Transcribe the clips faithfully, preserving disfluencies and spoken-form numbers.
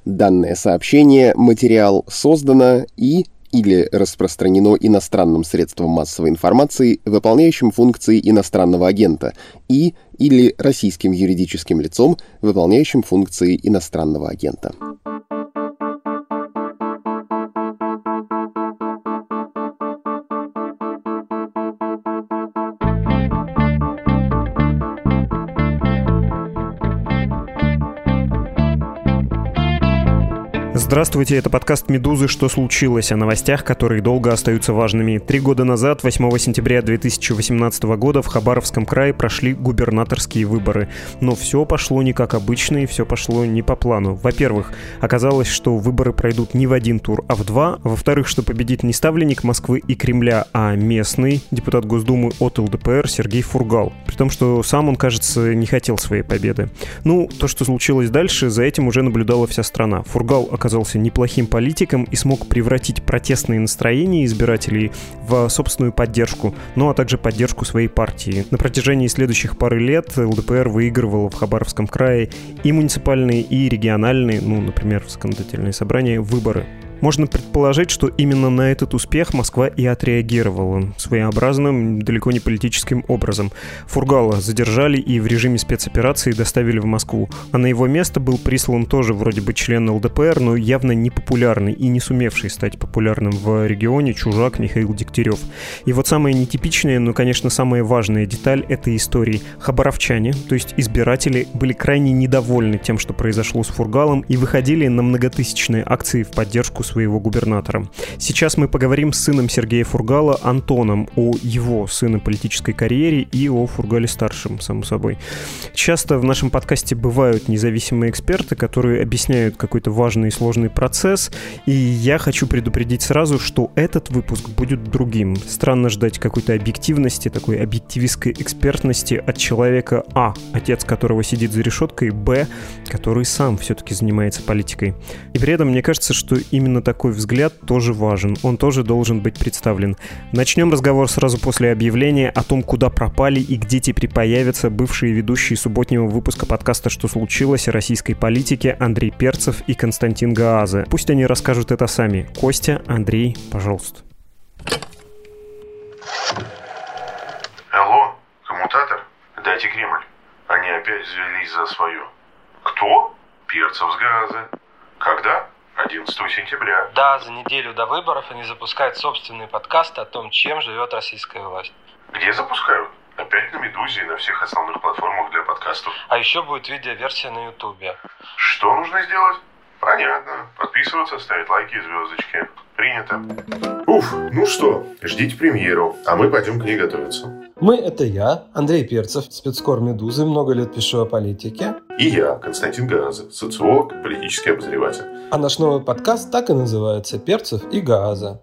Данное сообщение, материал создано и или распространено иностранным средством массовой информации, выполняющим функции иностранного агента, и или российским юридическим лицом, выполняющим функции иностранного агента. Здравствуйте, это подкаст «Медузы. Что случилось?» О новостях, которые долго остаются важными. Три года назад, восьмого сентября две тысячи восемнадцатого года, в Хабаровском крае прошли губернаторские выборы. Но все пошло не как обычно, и все пошло не по плану. Во-первых, оказалось, что выборы пройдут не в один тур, а в два. Во-вторых, что победит не ставленник Москвы и Кремля, а местный депутат Госдумы от эл дэ пэ эр Сергей Фургал. При том, что сам он, кажется, не хотел своей победы. Ну, то, что случилось дальше, за этим уже наблюдала вся страна. Фургал оказался неплохим политиком и смог превратить протестные настроения избирателей в собственную поддержку, ну а также поддержку своей партии. На протяжении следующих пары лет эл дэ пэ эр выигрывала в Хабаровском крае и муниципальные, и региональные, ну, например, в законодательные собрания, выборы. Можно предположить, что именно на этот успех Москва и отреагировала своеобразным, далеко не политическим образом. Фургала задержали и в режиме спецоперации доставили в Москву, а на его место был прислан тоже вроде бы член эл дэ пэ эр, но явно не популярный и не сумевший стать популярным в регионе чужак Михаил Дегтярев. И вот самая нетипичная, но, конечно, самая важная деталь этой истории. Хабаровчане, то есть избиратели, были крайне недовольны тем, что произошло с Фургалом, и выходили на многотысячные акции в поддержку своего губернатора. Сейчас мы поговорим с сыном Сергея Фургала, Антоном, о его сыно-политической карьере и о Фургале-старшем, само собой. Часто в нашем подкасте бывают независимые эксперты, которые объясняют какой-то важный и сложный процесс, и я хочу предупредить сразу, что этот выпуск будет другим. Странно ждать какой-то объективности, такой объективистской экспертности от человека а, отец которого сидит за решеткой, б, который сам все-таки занимается политикой. И при этом мне кажется, что именно такой взгляд тоже важен, он тоже должен быть представлен. Начнем разговор сразу после объявления о том, куда пропали и где теперь появятся бывшие ведущие субботнего выпуска подкаста «Что случилось?» о российской политике Андрей Перцев и Константин Гааза. Пусть они расскажут это сами. Костя, Андрей, пожалуйста. Алло, коммутатор? Дайте Кремль. Они опять взялись за свое. Кто? Перцев с Гааза. Когда? одиннадцатого сентября. Да, за неделю до выборов они запускают собственный подкаст о том, чем живет российская власть. Где запускают? Опять на «Медузе» и на всех основных платформах для подкастов. А еще будет видеоверсия на Ютубе. Что нужно сделать? Понятно. Подписываться, ставить лайки и звездочки. Принято. Уф, ну что, ждите премьеру, а мы пойдем к ней готовиться. Мы — это я, Андрей Перцев, спецкор «Медузы», много лет пишу о политике. И я, Константин Гааза, социолог, политический обозреватель. А наш новый подкаст так и называется «Перцев и Гааза».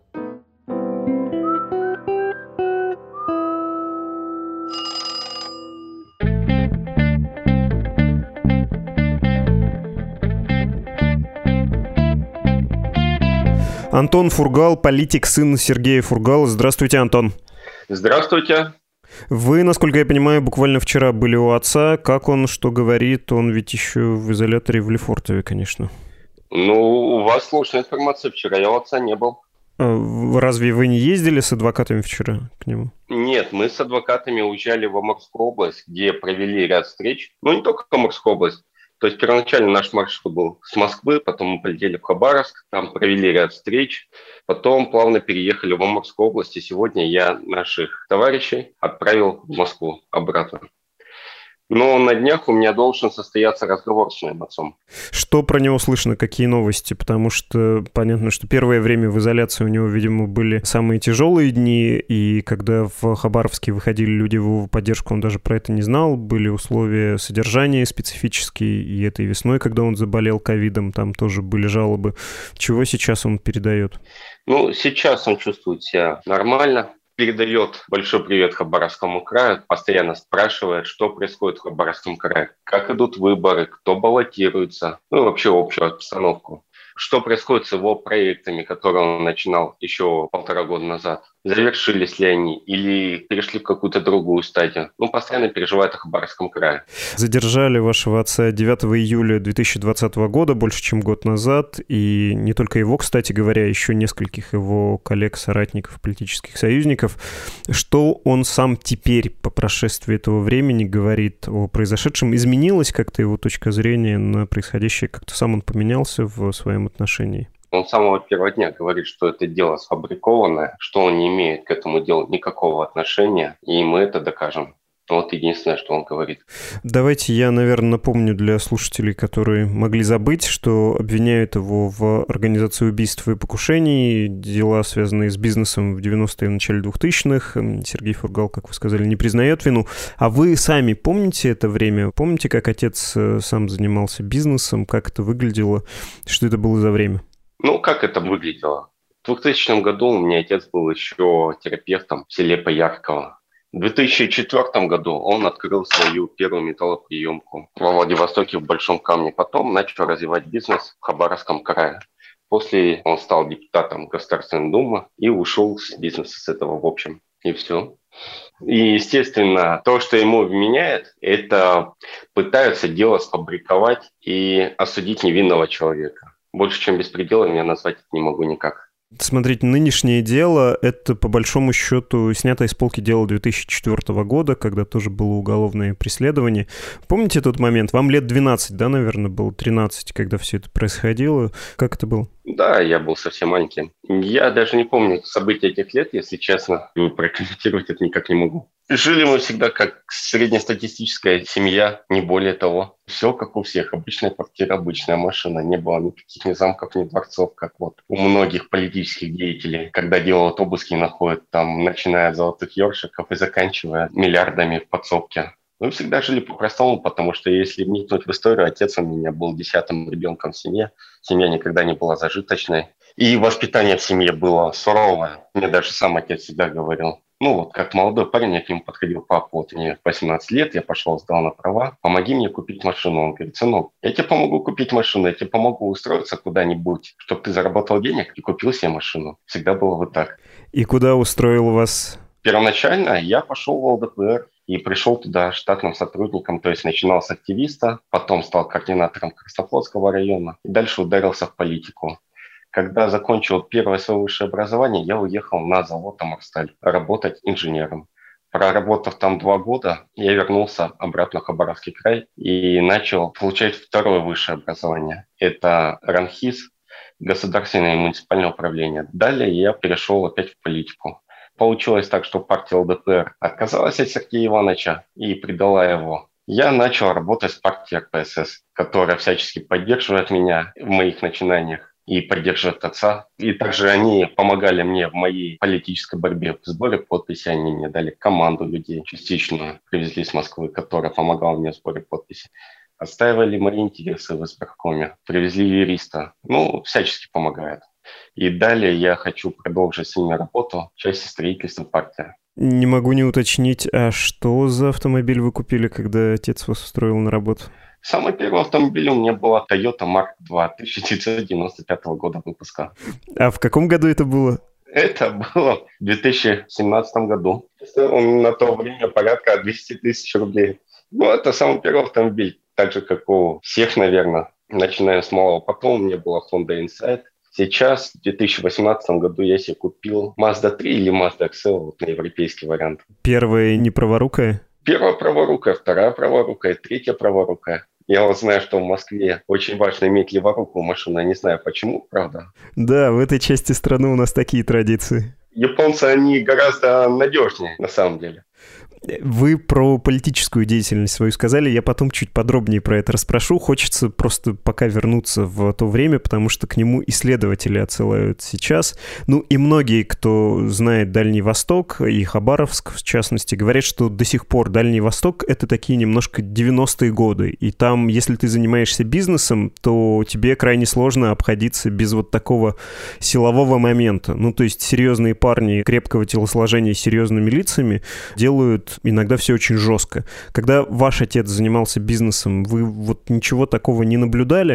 Антон Фургал, политик, сын Сергея Фургала. Здравствуйте, Антон. Здравствуйте. Вы, насколько я понимаю, буквально вчера были у отца. Как он, что говорит? Он ведь еще в изоляторе в Лефортове, конечно. Ну, у вас сложная информация. Вчера я у отца не был. А разве вы не ездили с адвокатами вчера к нему? Нет, мы с адвокатами уезжали в Амурскую область, где провели ряд встреч. Ну, не только в Амурскую область. То есть первоначально наш маршрут был с Москвы, потом мы полетели в Хабаровск, там провели ряд встреч, потом плавно переехали в Амурскую область, и сегодня я наших товарищей отправил в Москву обратно. Но на днях у меня должен состояться разговор с моим отцом. Что про него слышно, какие новости? Потому что понятно, что первое время в изоляции у него, видимо, были самые тяжелые дни, и когда в Хабаровске выходили люди в его поддержку, он даже про это не знал. Были условия содержания специфические, и этой весной, когда он заболел ковидом, там тоже были жалобы. Чего сейчас он передает? Ну, сейчас он чувствует себя нормально. Передает большой привет Хабаровскому краю, постоянно спрашивает, что происходит в Хабаровском крае, как идут выборы, кто баллотируется, ну и вообще общую обстановку. что происходит с его проектами, которые он начинал еще полтора года назад. Завершились ли они или перешли в какую-то другую стадию. Ну, постоянно переживает о Хабаровском крае. Задержали вашего отца девятого июля две тысячи двадцатого года, больше чем год назад. И не только его, кстати говоря, еще нескольких его коллег, соратников, политических союзников. Что он сам теперь, по прошествии этого времени, говорит о произошедшем? Изменилась как-то его точка зрения на происходящее? Как-то сам он поменялся в своем отношении? Он с самого первого дня говорит, что это дело сфабрикованное, что он не имеет к этому делу никакого отношения, и мы это докажем. Вот единственное, что он говорит. Давайте я, наверное, напомню для слушателей, которые могли забыть, что обвиняют его в организации убийств и покушений, дела, связанные с бизнесом в девяностые и в начале двухтысячных. Сергей Фургал, как вы сказали, не признает вину. А вы сами помните это время? Помните, как отец сам занимался бизнесом, как это выглядело, что это было за время? Ну, как это выглядело? В двухтысячном году у меня отец был еще терапевтом в селе Поярково. В две тысячи четвёртом году он открыл свою первую металлоприемку во Владивостоке в Большом Камне. Потом начал развивать бизнес в Хабаровском крае. После он стал депутатом Государственной Думы и ушел с бизнеса с этого в общем. И все. И, естественно, то, что ему вменяет, это пытаются дело сфабриковать и осудить невинного человека. Больше, чем беспределом, я назвать это не могу никак. Смотрите, нынешнее дело — это, по большому счету, снятое с полки дело две тысячи четвёртого года, когда тоже было уголовное преследование. Помните тот момент? Вам лет двенадцать, да, наверное, было? тринадцать, когда все это происходило. Как это было? Да, я был совсем маленьким. Я даже не помню события этих лет, если честно. Прокомментировать это никак не могу. Жили мы всегда как среднестатистическая семья, не более того. Все как у всех. Обычная квартира, обычная машина. Не было никаких ни замков, ни дворцов, как вот у многих политических деятелей. Когда делают обыски, находят там, начиная от золотых ёршиков и заканчивая миллиардами в подсобке. Мы всегда жили по-простому, потому что если вникнуть в историю, отец у меня был десятым ребенком в семье. Семья никогда не была зажиточной. И воспитание в семье было суровое. Мне даже сам отец всегда говорил. Ну вот, как молодой парень, я к нему подходил: папа, вот мне восемнадцать лет, я пошел, сдал на права, помоги мне купить машину. Он говорит: сынок, я тебе помогу купить машину, я тебе помогу устроиться куда-нибудь, чтобы ты заработал денег и купил себе машину. Всегда было вот так. И куда устроил вас? Первоначально я пошел в ЛДПР и пришел туда штатным сотрудником, то есть начинал с активиста, потом стал координатором Краснофлотского района и дальше ударился в политику. Когда закончил первое свое высшее образование, я уехал на завод «Амурсталь» работать инженером. Проработав там два года, я вернулся обратно в Хабаровский край и начал получать второе высшее образование. Это РАНХИЗ, государственное и муниципальное управление. Далее я перешел опять в политику. Получилось так, что партия ЛДПР отказалась от Сергея Ивановича и предала его. Я начал работать с партией эр пэ эс эс, которая всячески поддерживает меня в моих начинаниях и поддерживает отца. И также они помогали мне в моей политической борьбе. В сборе подписей они мне дали команду людей, частично привезли с Москвы, которая помогала мне в сборе подписей. Отстаивали мои интересы в избиркоме, привезли юриста. Ну, всячески помогает. И далее я хочу продолжить с ними работу в части строительства партии. Не могу не уточнить, а что за автомобиль вы купили, когда отец вас устроил на работу? Самый первый автомобиль у меня была Toyota Марк два тысяча девятьсот девяносто пятого года выпуска. А в каком году это было? Это было в две тысячи семнадцатом году. Он на то время порядка двести тысяч рублей. Ну, это самый первый автомобиль, так же, как у всех, наверное, начиная с малого. Потом у меня была Honda Insight. Сейчас, в две тысячи восемнадцатом году, я себе купил Mazda три или Mazda икс эл, вот на европейский вариант. Первая не праворукая? Первая праворукая, вторая праворукая, третья праворукая. Я вот знаю, что в Москве очень важно иметь леворукую машину. Я не знаю, почему, правда. Да, в этой части страны у нас такие традиции. Японцы, они гораздо надежнее, на самом деле. Вы про политическую деятельность свою сказали, я потом чуть подробнее про это расспрошу. Хочется просто пока вернуться в то время, потому что к нему исследователи отсылают сейчас. Ну и многие, кто знает Дальний Восток и Хабаровск, в частности, говорят, что до сих пор Дальний Восток — это такие немножко девяностые годы. И там, если ты занимаешься бизнесом, то тебе крайне сложно обходиться без вот такого силового момента. Ну то есть серьезные парни крепкого телосложения с серьезными лицами делают иногда все очень жестко. Когда ваш отец занимался бизнесом, вы вот ничего такого не наблюдали?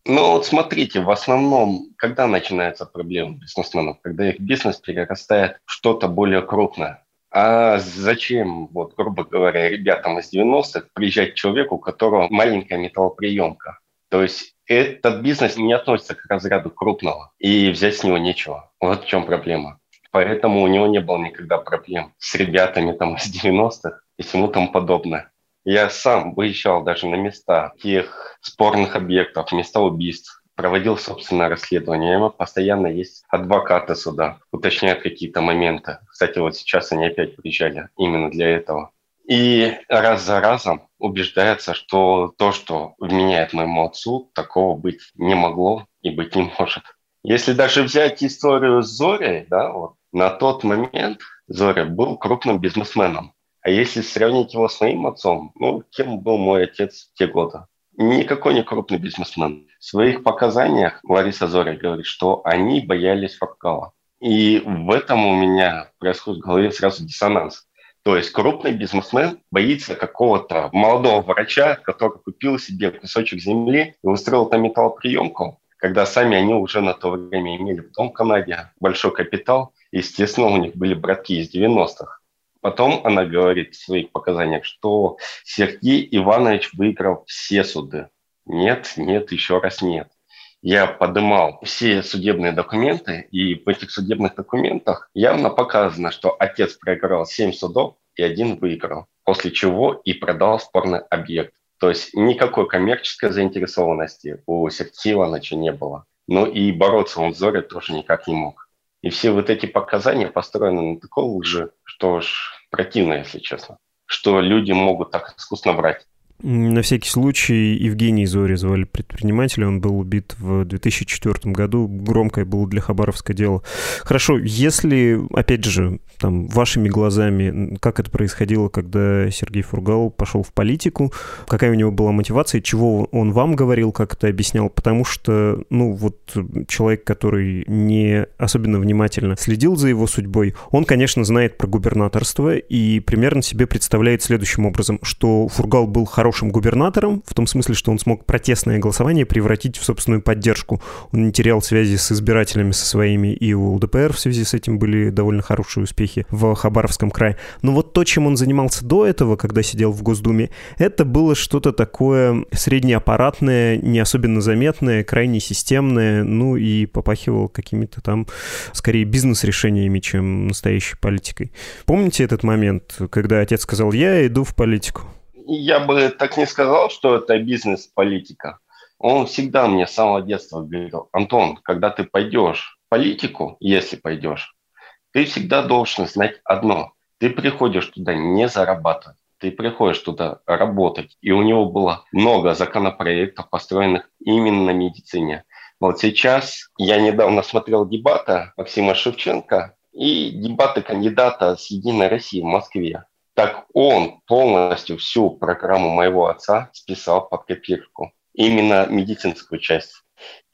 Ну вот смотрите, в основном, когда начинается проблема бизнесменов, когда их бизнес перерастает в что-то более крупное. А зачем, вот, грубо говоря, ребятам из девяностых приезжать к человеку, у которого маленькая металлоприемка? То есть этот бизнес не относится к разряду крупного, и взять с него нечего. Вот в чем проблема. Поэтому у него не было никогда проблем с ребятами там из девяностых и всему тому подобное. Я сам выезжал даже на места тех спорных объектов, места убийств, проводил собственное расследование. У постоянно есть адвокаты суда, уточняют какие-то моменты. Кстати, вот сейчас они опять приезжали именно для этого. И раз за разом убеждается, что то, что вменяет моему отцу, такого быть не могло и быть не может. Если даже взять историю с Зорей, да, вот, на тот момент Зоря был крупным бизнесменом. А если сравнить его с моим отцом, ну, кем был мой отец в те годы? Никакой не крупный бизнесмен. В своих показаниях Лариса Зоря говорит, что они боялись Фургала. И в этом у меня происходит в голове сразу диссонанс. То есть крупный бизнесмен боится какого-то молодого врача, который купил себе кусочек земли и устроил там металлоприемку, когда сами они уже на то время имели дом в Канаде, большой капитал. Естественно, у них были братки из девяностых. Потом она говорит в своих показаниях, что Сергей Иванович выиграл все суды. Нет, нет, еще раз нет. Я поднимал все судебные документы, и в этих судебных документах явно показано, что отец проиграл семь судов и один выиграл, после чего и продал спорный объект. То есть никакой коммерческой заинтересованности у Сергея Ивановича не было. Но и бороться он с Зорей тоже никак не мог. И все вот эти показания построены на такой лжи, что ж противно, если честно, что люди могут так искусно врать. На всякий случай, Евгений Зоря звали предпринимателя, он был убит в две тысячи четвёртом году, громкое было для Хабаровска дело. Хорошо, если, опять же, там, вашими глазами, как это происходило, когда Сергей Фургал пошел в политику, какая у него была мотивация, чего он вам говорил, как это объяснял, потому что, ну, вот человек, который не особенно внимательно следил за его судьбой, он, конечно, знает про губернаторство и примерно себе представляет следующим образом, что Фургал был хорошим хорошим губернатором, в том смысле, что он смог протестное голосование превратить в собственную поддержку. Он не терял связи с избирателями со своими, и у ЛДПР в связи с этим были довольно хорошие успехи в Хабаровском крае. Но вот то, чем он занимался до этого, когда сидел в Госдуме, это было что-то такое среднеаппаратное, не особенно заметное, крайне системное, ну и попахивало какими-то там, скорее, бизнес-решениями, чем настоящей политикой. Помните этот момент, когда отец сказал: «Я иду в политику»? Я бы так не сказал, что это бизнес-политика. Он всегда мне с самого детства говорил: Антон, когда ты пойдешь в политику, если пойдешь, ты всегда должен знать одно. Ты приходишь туда не зарабатывать, ты приходишь туда работать. И у него было много законопроектов, построенных именно на медицине. Вот сейчас я недавно смотрел дебаты Максима Шевченко и дебаты кандидата с «Единой России» в Москве. Так он полностью всю программу моего отца списал под копирку. Именно медицинскую часть.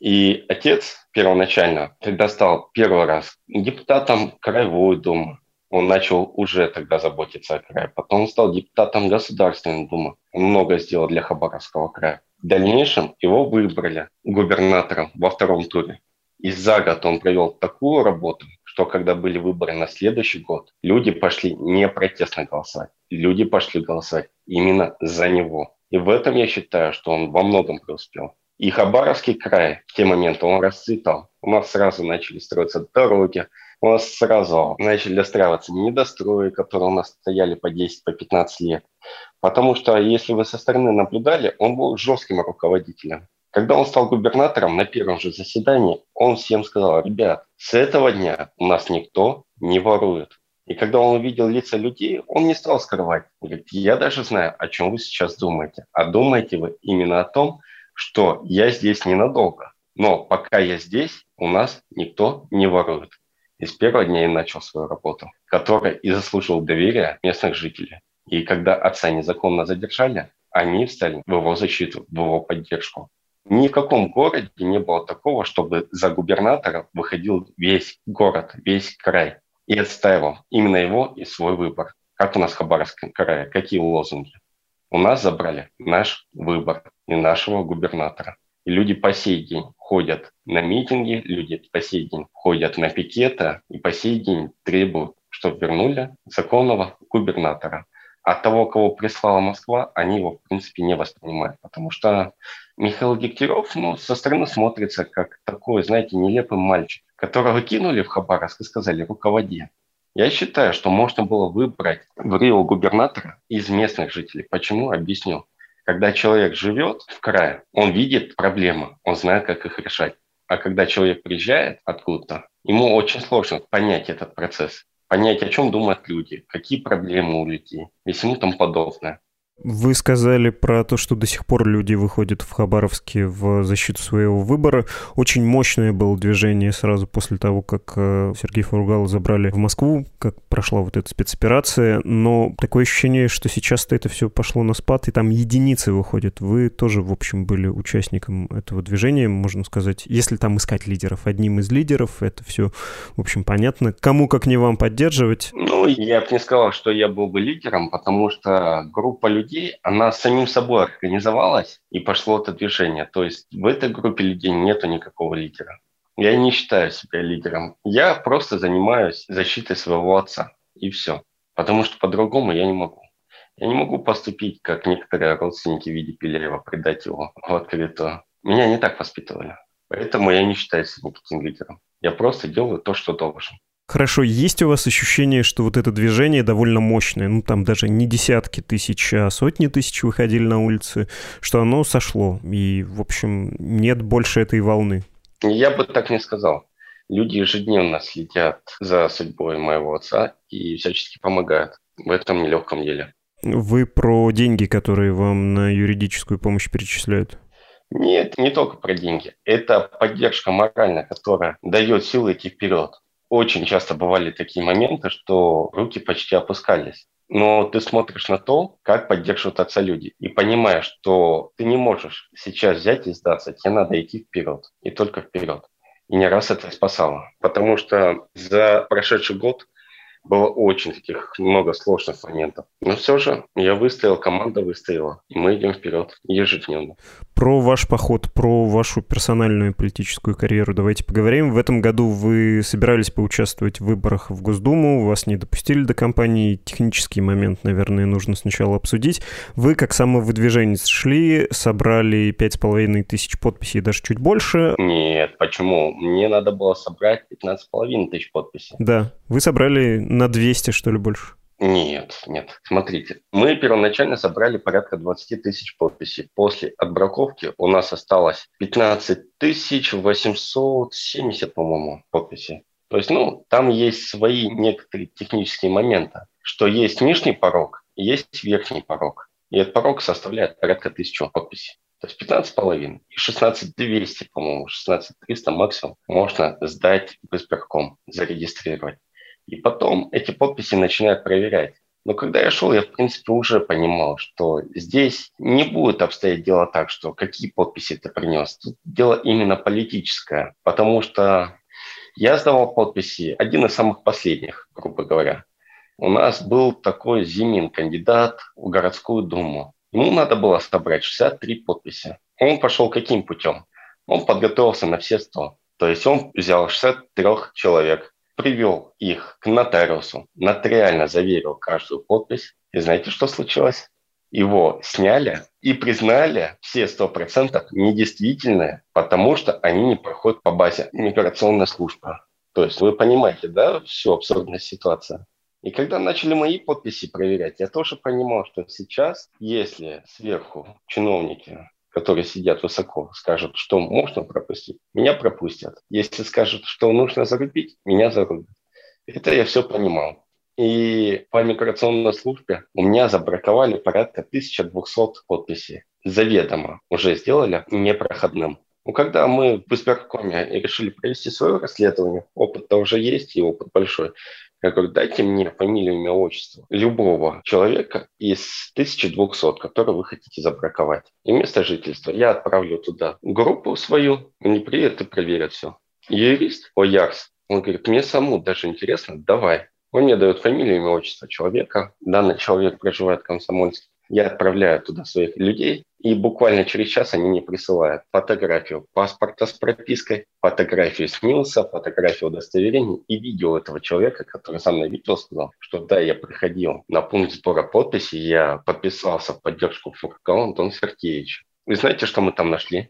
И отец первоначально, когда стал первый раз депутатом Краевой Думы, он начал уже тогда заботиться о крае. Потом он стал депутатом Государственной Думы. Он много сделал для Хабаровского края. В дальнейшем его выбрали губернатором во втором туре. И за год он провел такую работу, что когда были выборы на следующий год, люди пошли не протестно голосовать, люди пошли голосовать именно за него. И в этом я считаю, что он во многом преуспел. И Хабаровский край в те моменты он расцветал. У нас сразу начали строиться дороги, у нас сразу начали достраиваться недострои, которые у нас стояли по десять, по пятнадцать лет. Потому что, если вы со стороны наблюдали, он был жестким руководителем. Когда он стал губернатором, на первом же заседании он всем сказал: ребят, с этого дня у нас никто не ворует. И когда он увидел лица людей, он не стал скрывать. Он говорит: я даже знаю, о чем вы сейчас думаете. А думаете вы именно о том, что я здесь ненадолго. Но пока я здесь, у нас никто не ворует. И с первого дня я начал свою работу, которая и заслужила доверия местных жителей. И когда отца незаконно задержали, они встали в его защиту, в его поддержку. Ни в каком городе не было такого, чтобы за губернатора выходил весь город, весь край и отстаивал именно его и свой выбор. Как у нас в Хабаровском крае, какие лозунги? У нас забрали наш выбор и нашего губернатора. И люди по сей день ходят на митинги, люди по сей день ходят на пикеты и по сей день требуют, чтобы вернули законного губернатора. А того, кого прислала Москва, они его, в принципе, не воспринимают. Потому что Михаил Дегтярев, ну, со стороны смотрится как такой, знаете, нелепый мальчик, которого кинули в Хабаровск и сказали «руководи». Я считаю, что можно было выбрать в Рио губернатора из местных жителей. Почему? Объясню. Когда человек живет в крае, он видит проблемы, он знает, как их решать. А когда человек приезжает откуда-то, ему очень сложно понять этот процесс. Понять, о чем думают люди, какие проблемы у людей и всему тому подобное. Вы сказали про то, что до сих пор люди выходят в Хабаровске в защиту своего выбора. Очень мощное было движение сразу после того, как Сергея Фургала забрали в Москву, как прошла вот эта спецоперация. Но такое ощущение, что сейчас-то это все пошло на спад, и там единицы выходят. Вы тоже, в общем, были участником этого движения, можно сказать. Если там искать лидеров, одним из лидеров, это все, в общем, понятно. Кому, как не вам, поддерживать? Ну, я бы не сказал, что я был бы лидером, потому что группа людей, она самим собой организовалась и пошло это движение. То есть в этой группе людей нету никакого лидера. Я не считаю себя лидером. Я просто занимаюсь защитой своего отца. И все. Потому что по-другому я не могу. Я не могу поступить, как некоторые родственники в виде Пелеева, предать его в открытую. Меня не так воспитывали. Поэтому я не считаю себя никаким лидером. Я просто делаю то, что должен. Хорошо, есть у вас ощущение, что вот это движение довольно мощное, ну там даже не десятки тысяч, а сотни тысяч выходили на улицы, что оно сошло, и, в общем, нет больше этой волны? Я бы так не сказал. Люди ежедневно следят за судьбой моего отца и всячески помогают в этом нелегком деле. Вы про деньги, которые вам на юридическую помощь перечисляют? Нет, не только про деньги. Это поддержка моральная, которая дает силы идти вперед. Очень часто бывали такие моменты, что руки почти опускались. Но ты смотришь на то, как поддерживают отца люди, и понимаешь, что ты не можешь сейчас взять и сдаться, тебе надо идти вперед, и только вперед. И не раз это спасало. Потому что за прошедший год было очень таких много сложных моментов. Но все же я выстоял, команда выстояла, и мы идем вперед ежедневно. Про ваш поход, про вашу персональную политическую карьеру давайте поговорим. В этом году вы собирались поучаствовать в выборах в Госдуму, вас не допустили до кампании. Технический момент, наверное, нужно сначала обсудить. Вы, как самовыдвиженец, шли, собрали пять с половиной тысяч подписей, даже чуть больше. Нет, почему? Мне надо было собрать пятнадцать с половиной тысяч подписей. Да, вы собрали на двести, что ли, больше? Нет, нет. Смотрите, мы первоначально собрали порядка двадцать тысяч подписей. После отбраковки у нас осталось пятнадцать тысяч восемьсот семьдесят, по-моему, подписей. То есть, ну, там есть свои некоторые технические моменты, что есть нижний порог, есть верхний порог. И этот порог составляет порядка тысячи подписей. То есть пятнадцать с половиной и шестнадцать двести, по-моему, шестнадцать триста максимум можно сдать в избирком, зарегистрировать. И потом эти подписи начинают проверять. Но когда я шел, я, в принципе, уже понимал, что здесь не будет обстоять дело так, что какие подписи ты принес. Тут дело именно политическое. Потому что я сдавал подписи, один из самых последних, грубо говоря. У нас был такой Зимин, кандидат в городскую думу. Ему надо было собрать шестьдесят три подписи. Он пошел каким путем? Он подготовился на все сто. То есть он взял шестьдесят три человек, привел их к нотариусу, нотариально заверил каждую подпись. И знаете, что случилось? Его сняли и признали все сто процентов недействительные, потому что они не проходят по базе миграционной службы. То есть вы понимаете, да, всю абсурдность ситуации? И когда начали мои подписи проверять, я тоже понимал, что сейчас, если сверху чиновники, которые сидят высоко, скажут, что можно пропустить, меня пропустят. Если скажут, что нужно зарубить, меня зарубят. Это я все понимал. И по миграционной службе у меня забраковали порядка тысяча двести подписей. Заведомо уже сделали непроходным. Ну, когда мы в избиркоме решили провести свое расследование, опыт-то уже есть, и опыт большой, я говорю, дайте мне фамилию, имя, отчество любого человека из тысячи двухсот, который вы хотите забраковать. И место жительства. Я отправлю туда группу свою, они приедут и проверят все. Юрист, Оярс, он говорит, мне самому даже интересно, давай. Он мне дает фамилию, имя, отчество человека. Данный человек проживает в Комсомольске. Я отправляю туда своих людей, И буквально через час они мне присылают фотографию паспорта с пропиской, фотографию СНИЛСа, фотографию удостоверения и видео этого человека, который сам на видео сказал, что да, я приходил на пункт сбора подписей, я подписался в поддержку Фуркова Антона Сергеевича. Вы знаете, что мы там нашли?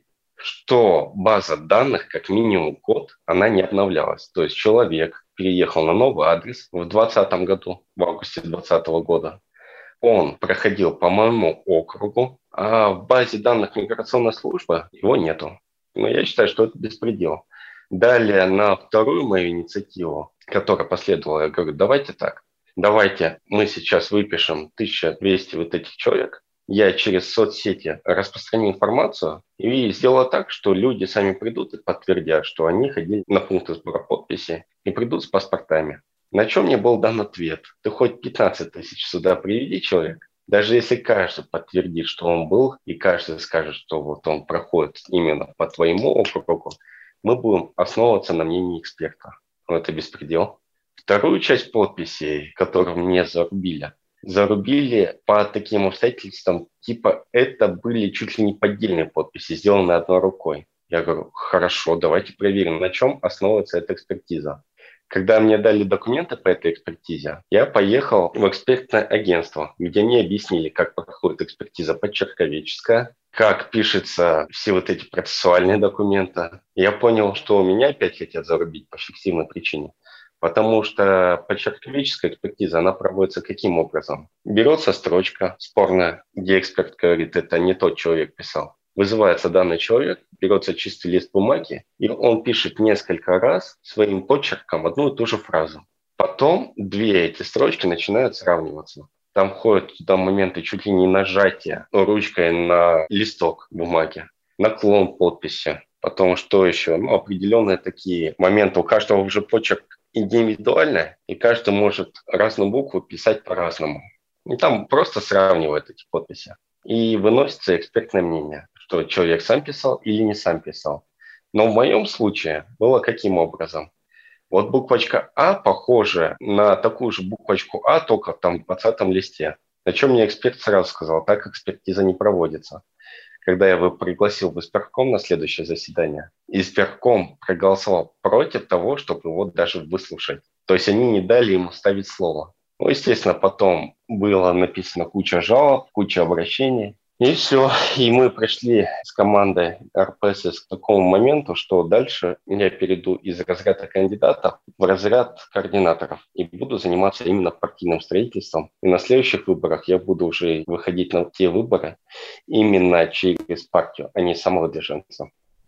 Что база данных, как минимум год, она не обновлялась. То есть человек переехал на новый адрес в двадцатом году, в августе двадцатого года. Он проходил по моему округу, а в базе данных миграционной службы его нету. Но я считаю, что это беспредел. Далее на вторую мою инициативу, которая последовала, я говорю, давайте так. Давайте мы сейчас выпишем тысяча двести вот этих человек. Я через соцсети распространю информацию и сделаю так, что люди сами придут и подтвердят, что они ходили на пункты сбора подписей и придут с паспортами. На чем мне был дан ответ? Ты хоть пятнадцать тысяч сюда приведи человек. Даже если каждый подтвердит, что он был, и каждый скажет, что вот он проходит именно по твоему округу, мы будем основываться на мнении эксперта. Но это беспредел. Вторую часть подписей, которую мне зарубили, зарубили по таким обстоятельствам, типа это были чуть ли не поддельные подписи, сделанные одной рукой. Я говорю, хорошо, давайте проверим, на чем основывается эта экспертиза. Когда мне дали документы по этой экспертизе, я поехал в экспертное агентство, где мне объяснили, как проходит экспертиза почерковедческая, как пишутся все вот эти процессуальные документы. Я понял, что у меня опять хотят зарубить по фиктивной причине. Потому что почерковедческая экспертиза, она проводится каким образом? Берется строчка спорная, где эксперт говорит, это не тот человек писал. Вызывается данный человек, берется чистый лист бумаги, и он пишет несколько раз своим почерком одну и ту же фразу. Потом две эти строчки начинают сравниваться. Там ходят туда моменты чуть ли не нажатия ручкой на листок бумаги, наклон подписи. Потом что еще? Ну, определенные такие моменты. У каждого уже почерк индивидуально, и каждый может разную букву писать по-разному. И там просто сравнивают эти подписи. И выносится экспертное мнение, что человек сам писал или не сам писал. Но в моем случае было каким образом? Вот буквочка А похожа на такую же буквочку А, только там в двадцатом листе. На чем мне эксперт сразу сказал, так экспертиза не проводится. Когда я его пригласил в исперком на следующее заседание, исперком проголосовал против того, чтобы его даже выслушать. То есть они не дали ему ставить слово. Ну, естественно, потом было написано куча жалоб, куча обращений. И все. И мы пришли с командой эр пэ эс эс к такому моменту, что дальше я перейду из разряда кандидатов в разряд координаторов и буду заниматься именно партийным строительством. И на следующих выборах я буду уже выходить на те выборы именно через партию, а не самовыдвиженцем.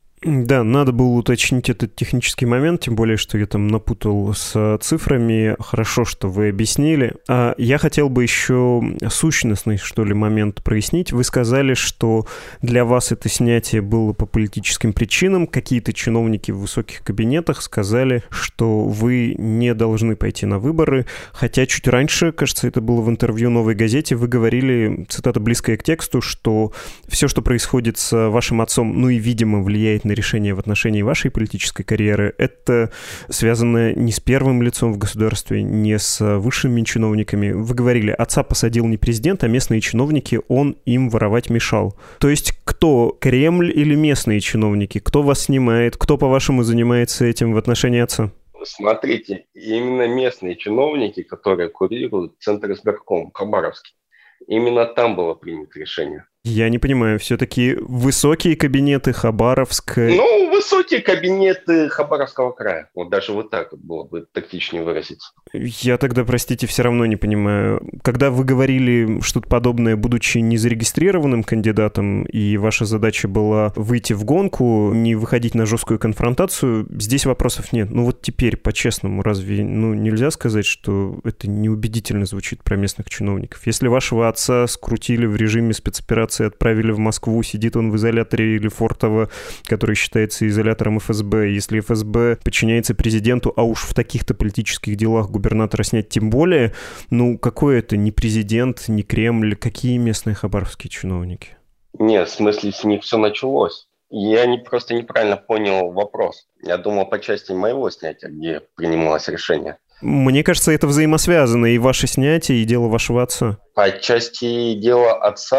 Да, надо было уточнить этот технический момент, тем более, что я там напутал с цифрами. Хорошо, что вы объяснили. А я хотел бы еще сущностный, что ли, момент прояснить. Вы сказали, что для вас это снятие было по политическим причинам. Какие-то чиновники в высоких кабинетах сказали, что вы не должны пойти на выборы. Хотя чуть раньше, кажется, это было в интервью «Новой газете», вы говорили, цитата близкая к тексту, что все, что происходит с вашим отцом, ну и, видимо, влияет на решение в отношении вашей политической карьеры, это связано не с первым лицом в государстве, не с высшими чиновниками. Вы говорили, отца посадил не президент, а местные чиновники, он им воровать мешал. То есть кто, Кремль или местные чиновники? Кто вас снимает? Кто, по-вашему, занимается этим в отношении отца? Смотрите, именно местные чиновники, которые курируют Центр избирком в Хабаровске, именно там было принято решение. Я не понимаю, все-таки высокие кабинеты Хабаровск... Ну, высокие кабинеты Хабаровского края. Вот даже вот так вот было бы тактичнее выразиться. Я тогда, простите, все равно не понимаю. Когда вы говорили что-то подобное, будучи незарегистрированным кандидатом, и ваша задача была выйти в гонку, не выходить на жесткую конфронтацию, здесь вопросов нет. Ну вот теперь, по-честному, разве ну, нельзя сказать, что это неубедительно звучит про местных чиновников? Если вашего отца скрутили в режиме спецоперации, отправили в Москву, сидит он в изоляторе Лефортово, который считается изолятором эф эс бэ. Если эф эс бэ подчиняется президенту, а уж в таких-то политических делах губернатора снять тем более, ну какой это не президент, не Кремль, какие местные хабаровские чиновники? Нет, в смысле с них все началось. Я не, просто неправильно понял вопрос. Я думал по части моего снятия, где принималось решение. Мне кажется, это взаимосвязано, и ваше снятие, и дело вашего отца. По части дела отца,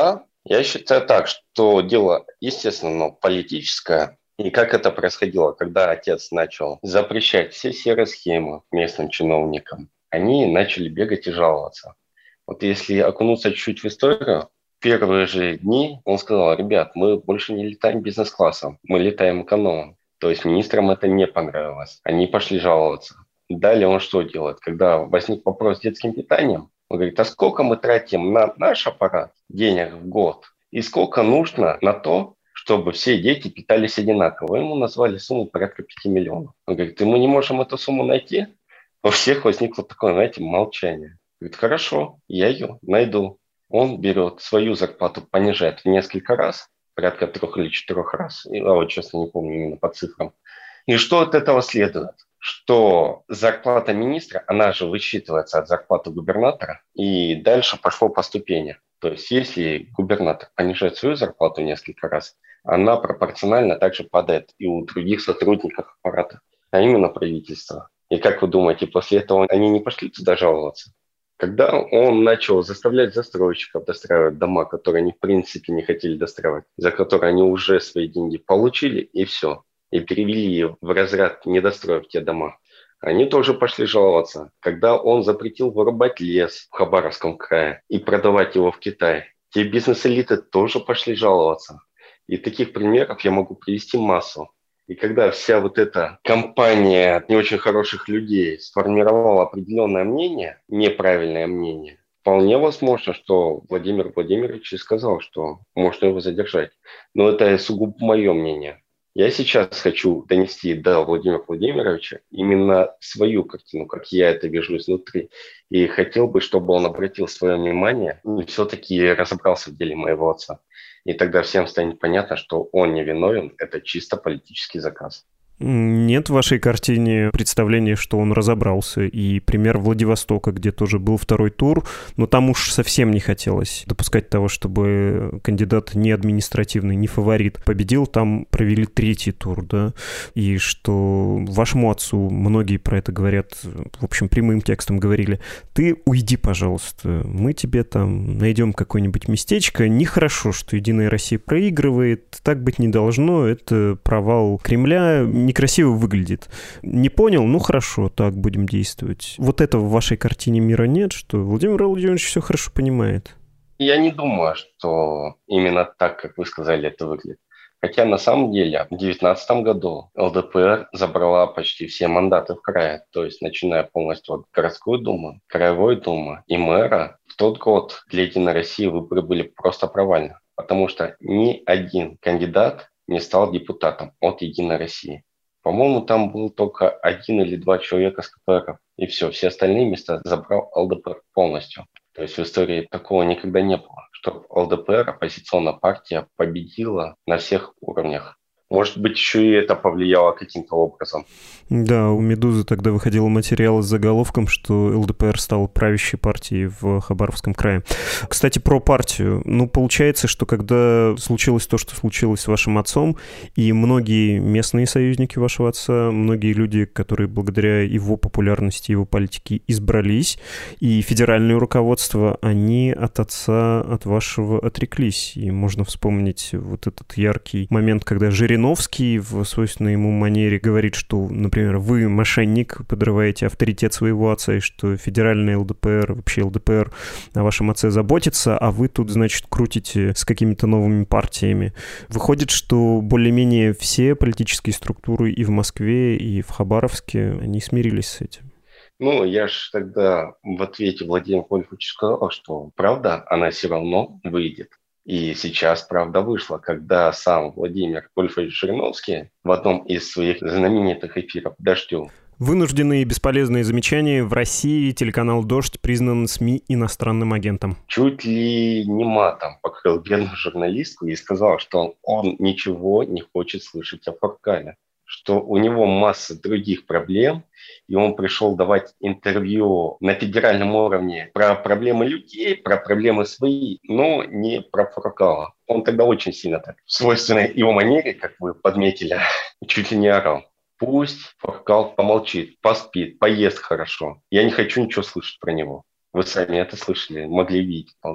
Я считаю так, что дело, естественно, но политическое. И как это происходило, когда отец начал запрещать все серые схемы местным чиновникам, они начали бегать и жаловаться. Вот если окунуться чуть-чуть в историю, в первые же дни он сказал: ребят, мы больше не летаем бизнес-классом, мы летаем экономом. То есть министрам это не понравилось. Они пошли жаловаться. Далее он что делает? Когда возник вопрос с детским питанием, он говорит: а сколько мы тратим на наш аппарат денег в год? И сколько нужно на то, чтобы все дети питались одинаково? Ему назвали сумму порядка пяти миллионов. Он говорит: и мы не можем эту сумму найти? У всех возникло такое, знаете, молчание. Говорит: хорошо, я ее найду. Он берет свою зарплату, понижает в несколько раз, порядка трех или четырех раз. Я вот, честно, не помню именно по цифрам. И что от этого следует? Что зарплата министра, она же высчитывается от зарплаты губернатора, и дальше пошло по ступени. То есть если губернатор понижает свою зарплату несколько раз, она пропорционально также падает и у других сотрудников аппарата, а именно правительства. И как вы думаете, после этого они не пошли туда жаловаться? Когда он начал заставлять застройщиков достраивать дома, которые они в принципе не хотели достраивать, за которые они уже свои деньги получили, и все, и перевели в разряд недостроив те дома, они тоже пошли жаловаться. Когда он запретил вырубать лес в Хабаровском крае и продавать его в Китай, те бизнес-элиты тоже пошли жаловаться. И таких примеров я могу привести массу. И когда вся вот эта компания не очень хороших людей сформировала определенное мнение, неправильное мнение, вполне возможно, что Владимир Владимирович и сказал, что можно его задержать. Но это сугубо мое мнение. Я сейчас хочу донести до Владимира Владимировича именно свою картину, как я это вижу изнутри. И хотел бы, чтобы он обратил свое внимание и все-таки разобрался в деле моего отца. И тогда всем станет понятно, что он не виновен, это чисто политический заказ. Нет в вашей картине представления, что он разобрался. И пример Владивостока, где тоже был второй тур, но там уж совсем не хотелось допускать того, чтобы кандидат не административный, не фаворит победил. Там провели третий тур, да, и что вашему отцу, многие про это говорят, в общем, прямым текстом говорили: ты уйди, пожалуйста, мы тебе там найдем какое-нибудь местечко. Нехорошо, что Единая Россия проигрывает, так быть не должно, это провал Кремля, некрасиво выглядит. Не понял? Ну хорошо, так будем действовать. Вот этого в вашей картине мира нет, что Владимир Владимирович все хорошо понимает? Я не думаю, что именно так, как вы сказали, это выглядит. Хотя на самом деле в две тысячи девятнадцатом году эл дэ пэ эр забрала почти все мандаты в крае, то есть начиная полностью от городской думы, краевой думы и мэра. В тот год для Единой России выборы были просто провальны, потому что ни один кандидат не стал депутатом от Единой России. По-моему, там был только один или два человека с ка пэ эров, и все, все остальные места забрал эл дэ пэ эр полностью. То есть в истории такого никогда не было, что эл дэ пэ эр, оппозиционная партия, победила на всех уровнях. Может быть, еще и это повлияло каким-то образом. Да, у «Медузы» тогда выходил материал с заголовком, что эл дэ пэ эр стал правящей партией в Хабаровском крае. Кстати, про партию. Ну, получается, что когда случилось то, что случилось с вашим отцом, и многие местные союзники вашего отца, многие люди, которые благодаря его популярности, его политике избрались, и федеральное руководство, они от отца, от вашего отреклись. И можно вспомнить вот этот яркий момент, когда Жириновский в свойственной ему манере говорит, что, например, вы мошенник, подрываете авторитет своего отца, и что федеральный эл дэ пэ эр, вообще эл дэ пэ эр о вашем отце заботится, а вы тут, значит, крутите с какими-то новыми партиями. Выходит, что более-менее все политические структуры и в Москве, и в Хабаровске, они смирились с этим. Ну, я же тогда в ответе Владимиру Вольфовичу сказал, что правда, она все равно выйдет. И сейчас правда вышла, когда сам Владимир Вольфович Жириновский в одном из своих знаменитых эфиров «Дождю». Вынужденные и бесполезные замечания. В России телеканал «Дождь» признан СМИ иностранным агентом. Чуть ли не матом покрыл бедную журналистку и сказал, что он ничего не хочет слышать о Фуркале, что у него масса других проблем, и он пришел давать интервью на федеральном уровне про проблемы людей, про проблемы свои, но не про Фуркала. Он тогда очень сильно так, в свойственной его манере, как вы подметили, чуть ли не орал. Пусть Фуркал помолчит, поспит, поест хорошо. Я не хочу ничего слышать про него. Вы сами это слышали, могли видеть вполне.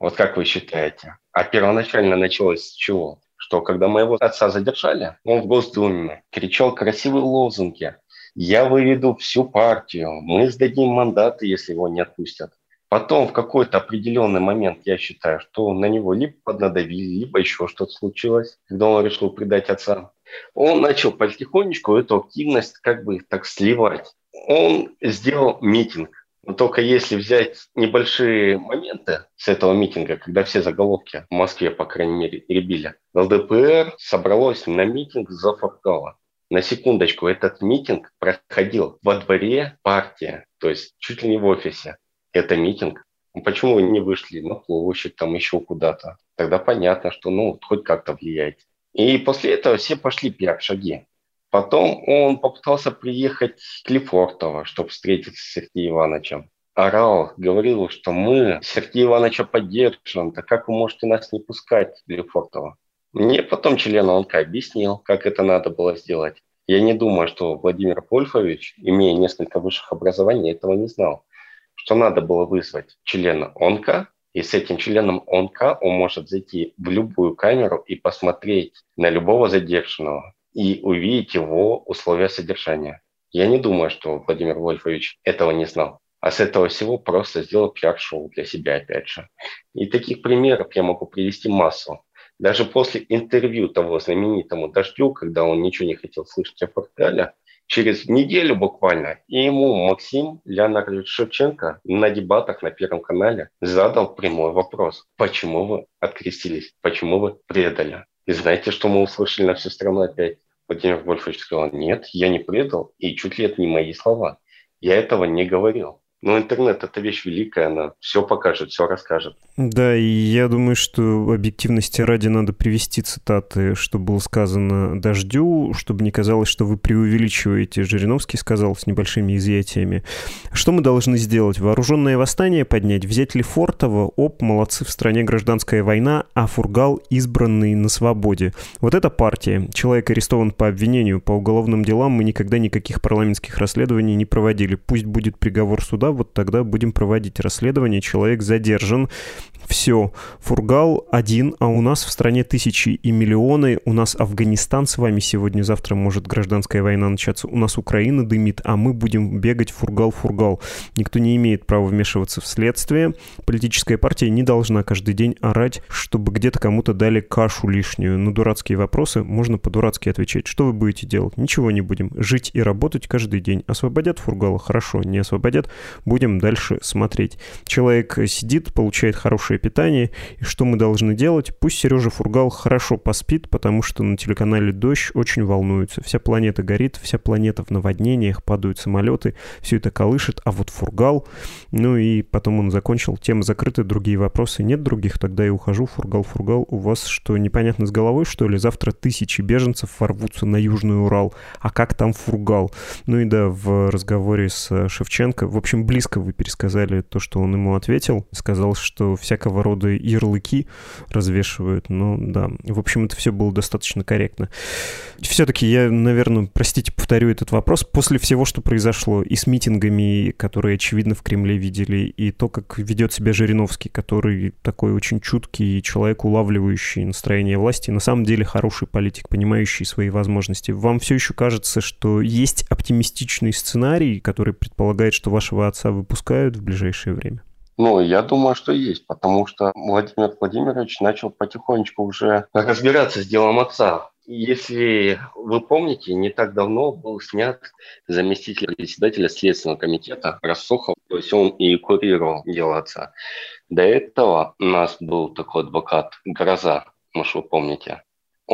Вот как вы считаете? А первоначально началось с чего? Что когда моего отца задержали, он в Госдуме кричал красивые лозунги. Я выведу всю партию, мы сдадим мандаты, если его не отпустят. Потом в какой-то определенный момент, я считаю, что на него либо поднадавили, либо еще что-то случилось, когда он решил предать отца. Он начал потихонечку эту активность как бы так сливать. Он сделал митинг. Но только если взять небольшие моменты с этого митинга, когда все заголовки в Москве, по крайней мере, ребили, ЛДПР собралось на митинг за Фургала. На секундочку, этот митинг проходил во дворе партии, то есть чуть ли не в офисе. Это митинг. Почему вы не вышли на площадь, там еще куда-то? Тогда понятно, что ну хоть как-то влияет. И после этого все пошли пиар-шаги. Потом он попытался приехать к Лефортово, чтобы встретиться с Сергеем Ивановичем. Орал, говорил, что мы Сергея Ивановича поддержим, так как вы можете нас не пускать в Лефортово? Мне потом член ОНК объяснил, как это надо было сделать. Я не думаю, что Владимир Вольфович, имея несколько высших образований, этого не знал. Что надо было вызвать члена ОНК, и с этим членом ОНК он может зайти в любую камеру и посмотреть на любого задержанного и увидеть его условия содержания. Я не думаю, что Владимир Вольфович этого не знал. А с этого всего просто сделал пиар-шоу для себя опять же. И таких примеров я могу привести массу. Даже после интервью того знаменитому Дождю, когда он ничего не хотел слышать о Фургале, через неделю буквально и ему Максим Леонардович Шевченко на дебатах на Первом канале задал прямой вопрос. Почему вы открестились? Почему вы предали? И знаете, что мы услышали на всю страну опять? Владимир Вольфович сказал, нет, я не предал, и чуть ли это не мои слова. Я этого не говорил. Но интернет – это вещь великая, она все покажет, все расскажет. Да, и я думаю, что объективности ради надо привести цитаты, что было сказано Дождю, чтобы не казалось, что вы преувеличиваете. Жириновский сказал с небольшими изъятиями. Что мы должны сделать? Вооруженное восстание поднять? Взять Лефортово? Оп, молодцы, в стране гражданская война, а Фургал избранный на свободе. Вот эта партия. Человек арестован по обвинению, по уголовным делам. Мы никогда никаких парламентских расследований не проводили. Пусть будет приговор суда, вот тогда будем проводить расследование. Человек задержан. Все. Фургал один, а у нас в стране тысячи и миллионы. У нас Афганистан с вами сегодня-завтра может гражданская война начаться. У нас Украина дымит, а мы будем бегать фургал-фургал. Никто не имеет права вмешиваться в следствие. Политическая партия не должна каждый день орать, чтобы где-то кому-то дали кашу лишнюю. На дурацкие вопросы можно по-дурацки отвечать. Что вы будете делать? Ничего не будем. Жить и работать каждый день. Освободят фургала? Хорошо. Не освободят? Будем дальше смотреть. Человек сидит, получает хорошее питание. И что мы должны делать? Пусть Сережа Фургал хорошо поспит, потому что на телеканале «Дождь» очень волнуются. Вся планета горит, вся планета в наводнениях, падают самолеты, все это колышет, а вот Фургал... Ну и потом он закончил. Тема закрыта, другие вопросы нет других, тогда и ухожу. Фургал, Фургал, у вас что, непонятно с головой, что ли? Завтра тысячи беженцев ворвутся на Южный Урал. А как там Фургал? Ну и да, в разговоре с Шевченко, в общем, близко вы пересказали то, что он ему ответил. Сказал, что всякого рода ярлыки развешивают. Ну да, в общем, это все было достаточно корректно. Все-таки я, наверное, простите, повторю этот вопрос. После всего, что произошло, и с митингами, которые, очевидно, в Кремле видели, и то, как ведет себя Жириновский, который такой очень чуткий человек, улавливающий настроение власти, на самом деле хороший политик, понимающий свои возможности. Вам все еще кажется, что есть оптимистичный сценарий, который предполагает, что вашего отца выпускают в ближайшее время? Ну, я думаю, что есть, потому что Владимир Владимирович начал потихонечку уже разбираться с делом отца. Если вы помните, не так давно был снят заместитель председателя Следственного комитета Рассохов, то есть он и курировал дело отца. До этого у нас был такой адвокат Гроза, может, вы помните.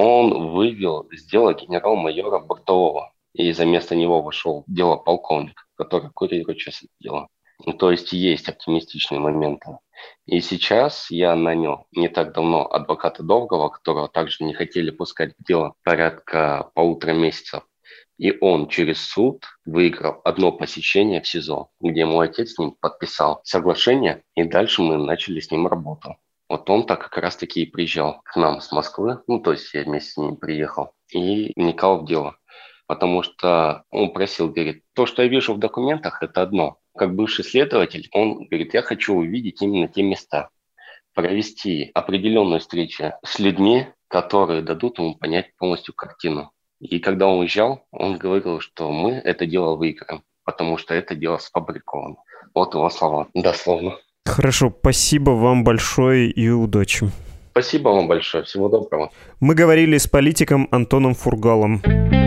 Он вывел с дела генерал-майора Бортового, и за место него вошел дело полковник, который курирует сейчас это дело. Ну, то есть есть оптимистичные моменты. И сейчас я нанял не так давно адвоката Довгого, которого также не хотели пускать в дело порядка полутора месяцев. И он через суд выиграл одно посещение в СИЗО, где мой отец с ним подписал соглашение, и дальше мы начали с ним работу. Вот он так как раз-таки и приезжал к нам с Москвы, ну то есть я вместе с ним приехал, и вникал в дело. Потому что он просил, говорит, то, что я вижу в документах, это одно. Как бывший следователь, он говорит, я хочу увидеть именно те места. провести определенную встречу с людьми, которые дадут ему понять полностью картину. И когда он уезжал, он говорил, что мы это дело выиграем, потому что это дело сфабриковано. Вот его слова, дословно. Хорошо, спасибо вам большое и удачи. Спасибо вам большое, всего доброго. Мы говорили с политиком Антоном Фургалом.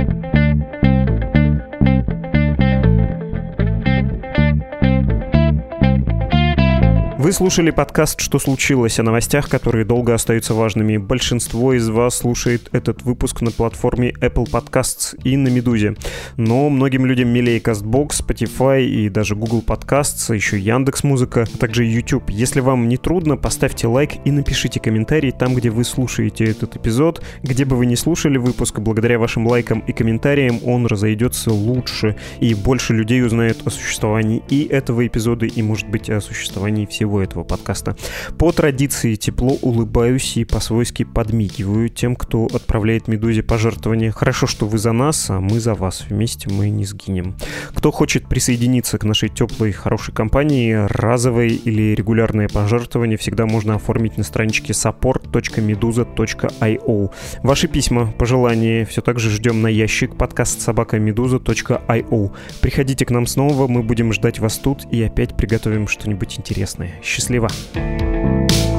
Вы слушали подкаст «Что случилось?» о новостях, которые долго остаются важными. Большинство из вас слушает этот выпуск на платформе Apple Podcasts и на Медузе. Но многим людям милее CastBox, Spotify и даже Google Podcasts, а еще Яндекс.Музыка, а также YouTube. Если вам не трудно, поставьте лайк и напишите комментарий там, где вы слушаете этот эпизод. Где бы вы ни слушали выпуск, благодаря вашим лайкам и комментариям он разойдется лучше, и больше людей узнают о существовании и этого эпизода, и, может быть, о существовании всего этого подкаста. По традиции тепло улыбаюсь и по-свойски подмигиваю тем, кто отправляет Медузе пожертвования. Хорошо, что вы за нас, а мы за вас. Вместе мы не сгинем. Кто хочет присоединиться к нашей теплой, хорошей компании, разовые или регулярные пожертвования всегда можно оформить на страничке support точка meduza точка io. Ваши письма, пожелания все так же ждем на ящик подкаст собака meduza точка io. Приходите к нам снова, мы будем ждать вас тут и опять приготовим что-нибудь интересное. Счастливо!